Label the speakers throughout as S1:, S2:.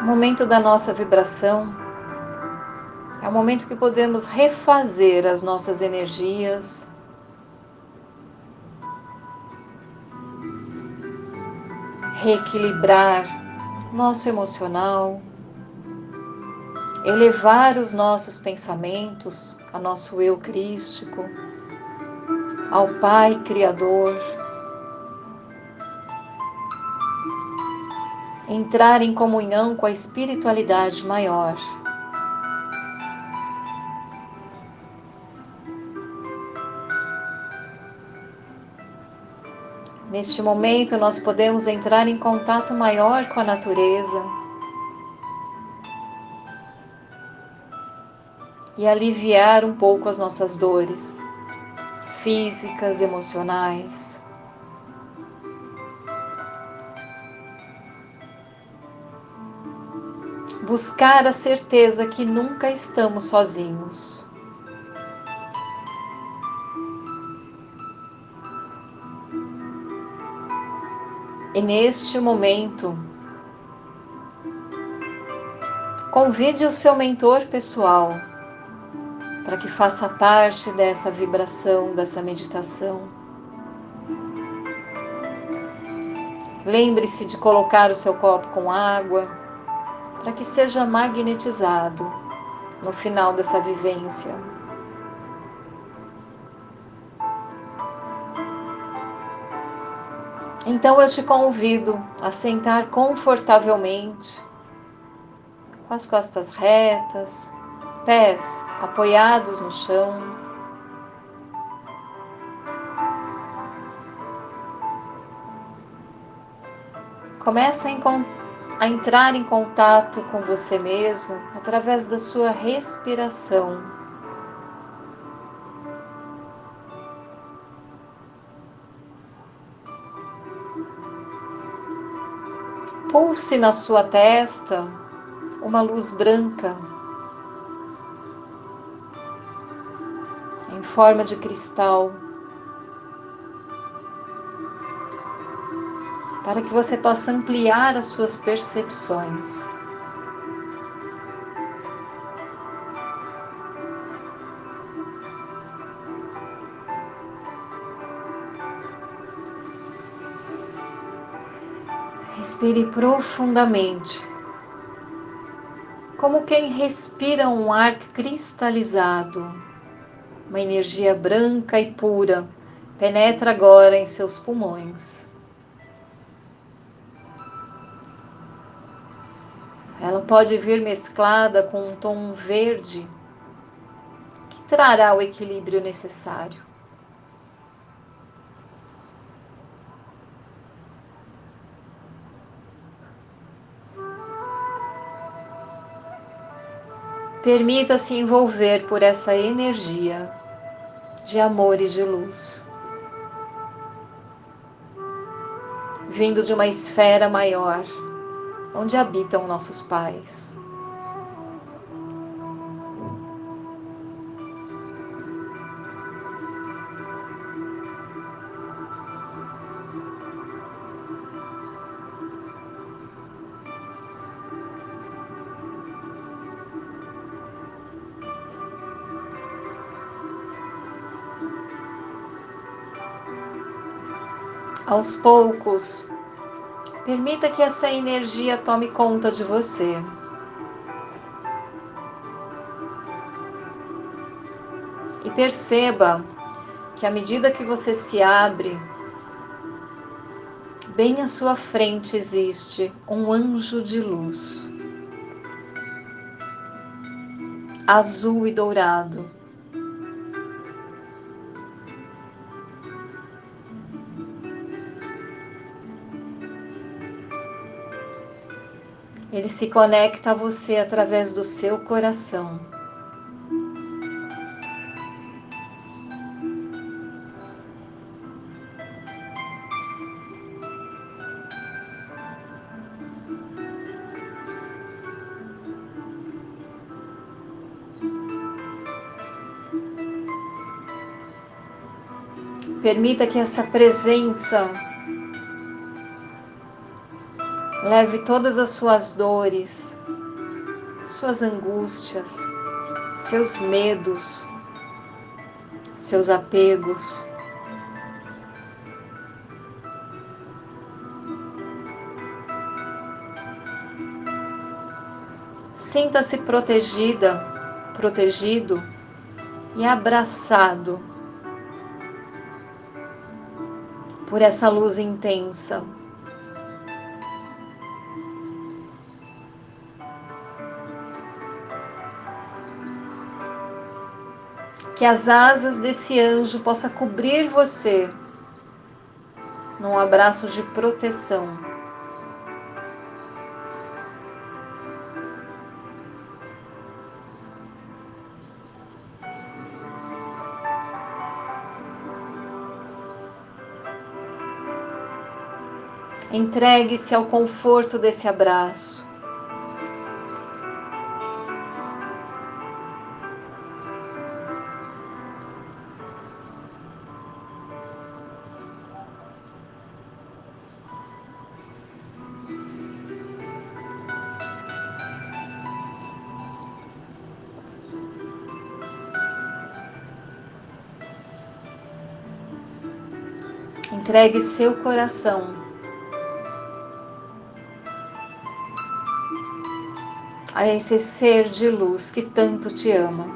S1: O momento da nossa vibração é o momento que podemos refazer as nossas energias, reequilibrar nosso emocional, elevar os nossos pensamentos ao nosso eu crístico, ao Pai Criador, entrar em comunhão com a espiritualidade maior. Neste momento, nós podemos entrar em contato maior com a natureza e aliviar um pouco as nossas dores físicas, emocionais. Buscar a certeza que nunca estamos sozinhos. E neste momento, convide o seu mentor pessoal para que faça parte dessa vibração, dessa meditação. Lembre-se de colocar o seu copo com água para que seja magnetizado no final dessa vivência. Então eu te convido a sentar confortavelmente, com as costas retas, pés apoiados no chão. Começa a entrar em contato com você mesmo através da sua respiração. Pulse na sua testa uma luz branca em forma de cristal, para que você possa ampliar as suas percepções. Respire profundamente, como quem respira um ar cristalizado. Uma energia branca e pura penetra agora em seus pulmões. Ela pode vir mesclada com um tom verde que trará o equilíbrio necessário. Permita-se envolver por essa energia de amor e de luz, vindo de uma esfera maior, onde habitam nossos pais. Aos poucos, permita que essa energia tome conta de você. E perceba que à medida que você se abre, bem à sua frente existe um anjo de luz, azul e dourado. Ele se conecta a você através do seu coração. Permita que essa presença Leve todas as suas dores, suas angústias, seus medos, seus apegos. Sinta-se protegida, protegido e abraçado por essa luz intensa. Que as asas desse anjo possam cobrir você num abraço de proteção. Entregue-se ao conforto desse abraço. Entregue seu coração a esse ser de luz que tanto te ama.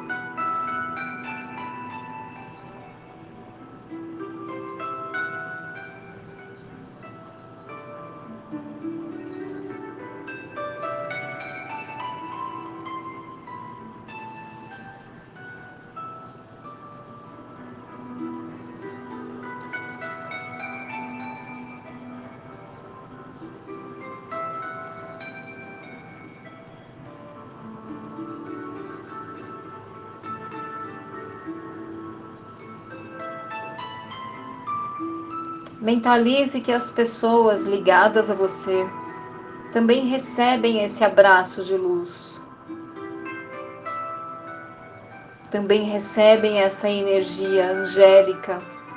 S1: Mentalize que as pessoas ligadas a você também recebem esse abraço de luz. Também recebem essa energia angélica.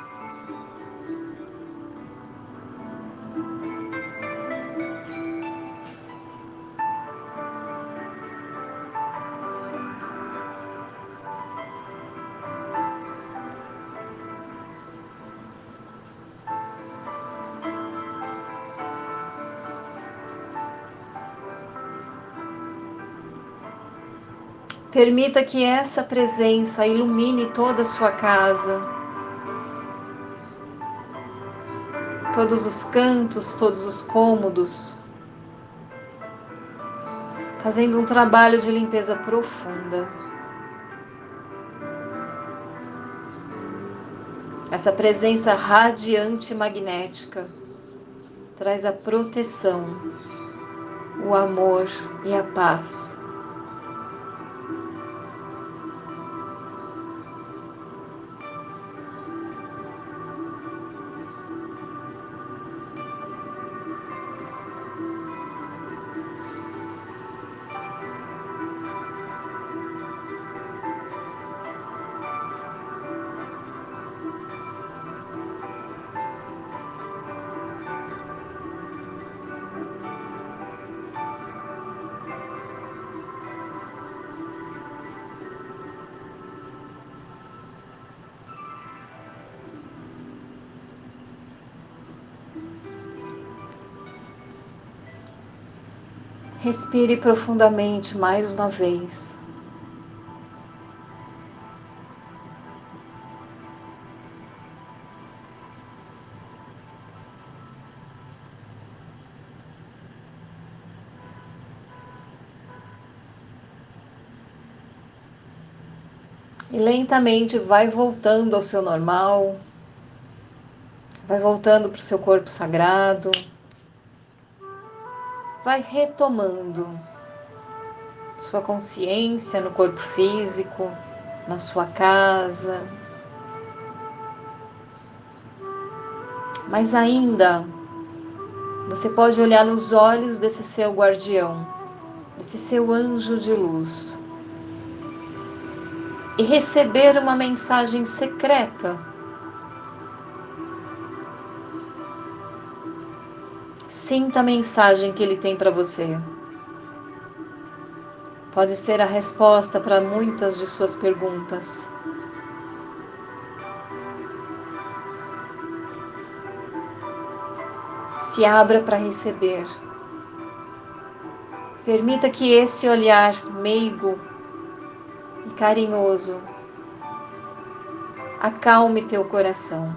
S1: Permita que essa presença ilumine toda a sua casa, todos os cantos, todos os cômodos, fazendo um trabalho de limpeza profunda. Essa presença radiante magnética traz a proteção, o amor e a paz. Respire profundamente mais uma vez. E lentamente vai voltando ao seu normal, vai voltando para o seu corpo sagrado, vai retomando sua consciência no corpo físico, na sua casa. Mas ainda você pode olhar nos olhos desse seu guardião, desse seu anjo de luz, e receber uma mensagem secreta, Sinta a mensagem que ele tem para você. Pode ser a resposta para muitas de suas perguntas. Se abra para receber. Permita que esse olhar meigo e carinhoso acalme teu coração.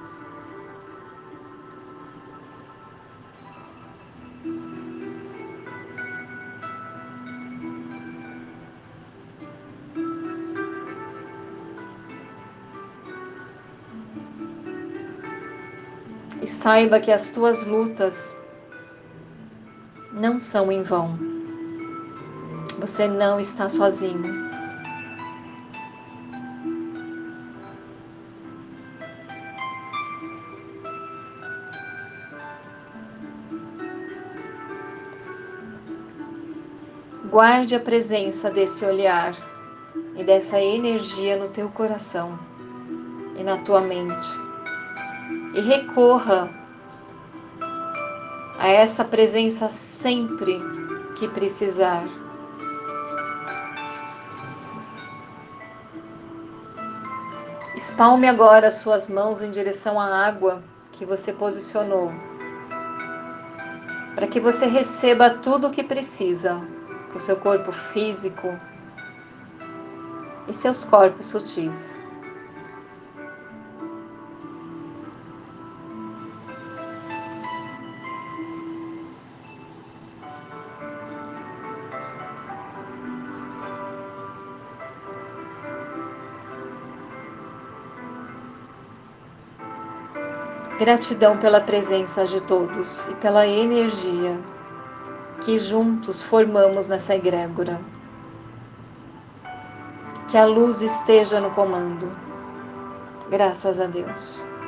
S1: E saiba que as tuas lutas não são em vão. Você não está sozinho. Guarde a presença desse olhar e dessa energia no teu coração e na tua mente. E recorra a essa presença sempre que precisar. Espalme agora as suas mãos em direção à água que você posicionou, para que você receba tudo o que precisa para o seu corpo físico e seus corpos sutis. Gratidão pela presença de todos e pela energia que juntos formamos nessa egrégora. Que a luz esteja no comando. Graças a Deus.